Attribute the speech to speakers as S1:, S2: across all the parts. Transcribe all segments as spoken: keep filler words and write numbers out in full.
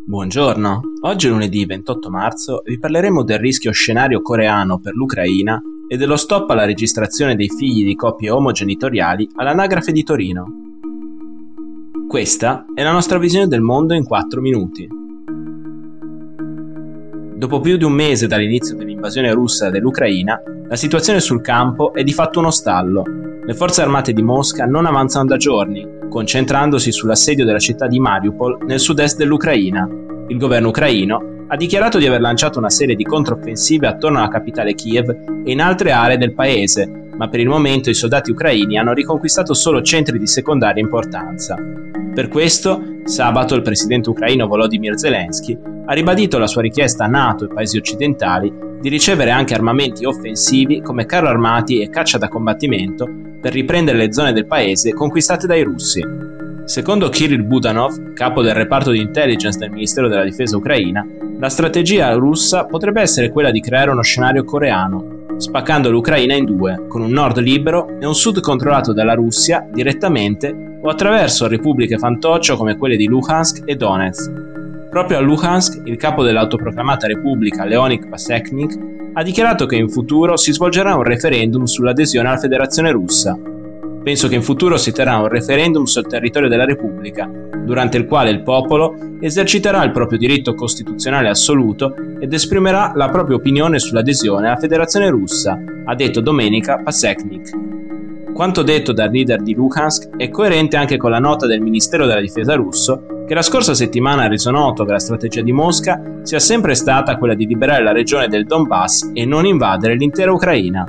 S1: Buongiorno, oggi è lunedì ventotto marzo e vi parleremo del rischio scenario coreano per l'Ucraina e dello stop alla registrazione dei figli di coppie omogenitoriali all'Anagrafe di Torino. Questa è la nostra visione del mondo in quattro minuti. Dopo più di un mese dall'inizio dell'invasione russa dell'Ucraina, la situazione sul campo è di fatto uno stallo. Le forze armate di Mosca non avanzano da giorni, concentrandosi sull'assedio della città di Mariupol nel sud-est dell'Ucraina. Il governo ucraino ha dichiarato di aver lanciato una serie di controffensive attorno alla capitale Kiev e in altre aree del paese, ma per il momento i soldati ucraini hanno riconquistato solo centri di secondaria importanza. Per questo, sabato il presidente ucraino Volodymyr Zelensky ha ribadito la sua richiesta a NATO e paesi occidentali di ricevere anche armamenti offensivi come carro armati e caccia da combattimento per riprendere le zone del paese conquistate dai russi. Secondo Kirill Budanov, capo del reparto di intelligence del Ministero della Difesa ucraina, la strategia russa potrebbe essere quella di creare uno scenario coreano, spaccando l'Ucraina in due, con un nord libero e un sud controllato dalla Russia direttamente o attraverso repubbliche fantoccio come quelle di Luhansk e Donetsk. Proprio a Luhansk, il capo dell'autoproclamata repubblica Leonid Paseknik ha dichiarato che in futuro si svolgerà un referendum sull'adesione alla Federazione Russa. Penso che in futuro si terrà un referendum sul territorio della Repubblica, durante il quale il popolo eserciterà il proprio diritto costituzionale assoluto ed esprimerà la propria opinione sull'adesione alla Federazione Russa, ha detto domenica Paseknik. Quanto detto dal leader di Luhansk è coerente anche con la nota del Ministero della Difesa russo, che la scorsa settimana ha reso noto che la strategia di Mosca sia sempre stata quella di liberare la regione del Donbass e non invadere l'intera Ucraina.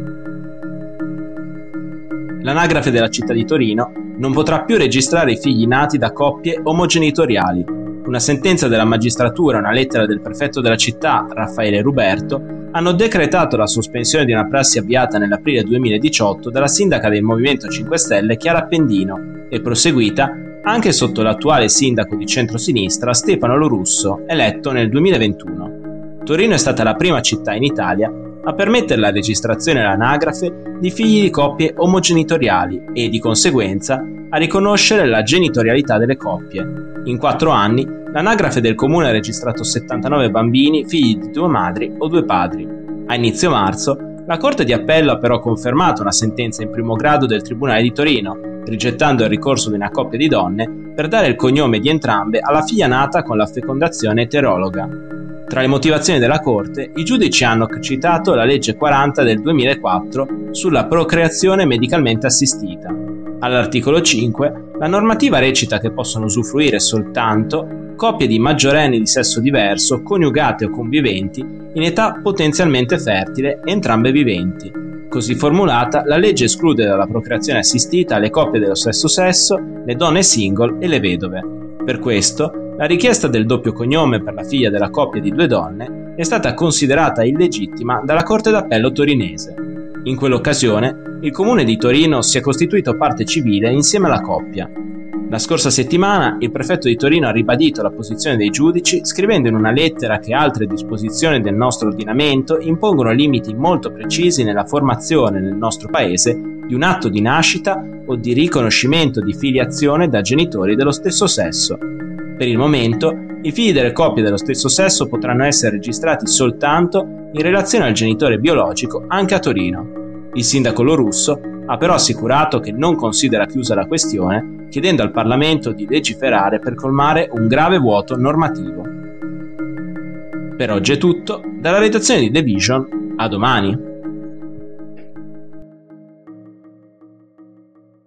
S1: L'anagrafe della città di Torino non potrà più registrare i figli nati da coppie omogenitoriali. Una sentenza della magistratura e una lettera del prefetto della città, Raffaele Ruberto, hanno decretato la sospensione di una prassi avviata nell'aprile duemiladiciotto dalla sindaca del Movimento cinque Stelle Chiara Appendino e proseguita anche sotto l'attuale sindaco di centrosinistra Stefano Lorusso, eletto nel duemilaventuno. Torino è stata la prima città in Italia a permettere la registrazione all'anagrafe di figli di coppie omogenitoriali e, di conseguenza, a riconoscere la genitorialità delle coppie. In quattro anni, l'anagrafe del comune ha registrato settantanove bambini figli di due madri o due padri. A inizio marzo, la Corte di Appello ha però confermato una sentenza in primo grado del Tribunale di Torino, rigettando il ricorso di una coppia di donne per dare il cognome di entrambe alla figlia nata con la fecondazione eterologa. Tra le motivazioni della Corte, i giudici hanno citato la legge quaranta del duemilaquattro sulla procreazione medicalmente assistita. All'articolo cinque, la normativa recita che possono usufruire soltanto coppie di maggiorenni di sesso diverso, coniugate o conviventi, in età potenzialmente fertile, entrambe viventi. Così formulata, la legge esclude dalla procreazione assistita le coppie dello stesso sesso, le donne single e le vedove. Per questo, la richiesta del doppio cognome per la figlia della coppia di due donne è stata considerata illegittima dalla Corte d'Appello torinese. In quell'occasione, il Comune di Torino si è costituito parte civile insieme alla coppia. La scorsa settimana, il prefetto di Torino ha ribadito la posizione dei giudici, scrivendo in una lettera che altre disposizioni del nostro ordinamento impongono limiti molto precisi nella formazione nel nostro paese di un atto di nascita o di riconoscimento di filiazione da genitori dello stesso sesso. Per il momento, i figli delle coppie dello stesso sesso potranno essere registrati soltanto in relazione al genitore biologico anche a Torino. Il sindaco Lorusso ha però assicurato che non considera chiusa la questione, chiedendo al Parlamento di legiferare per colmare un grave vuoto normativo. Per oggi è tutto, dalla redazione di The Vision, a domani!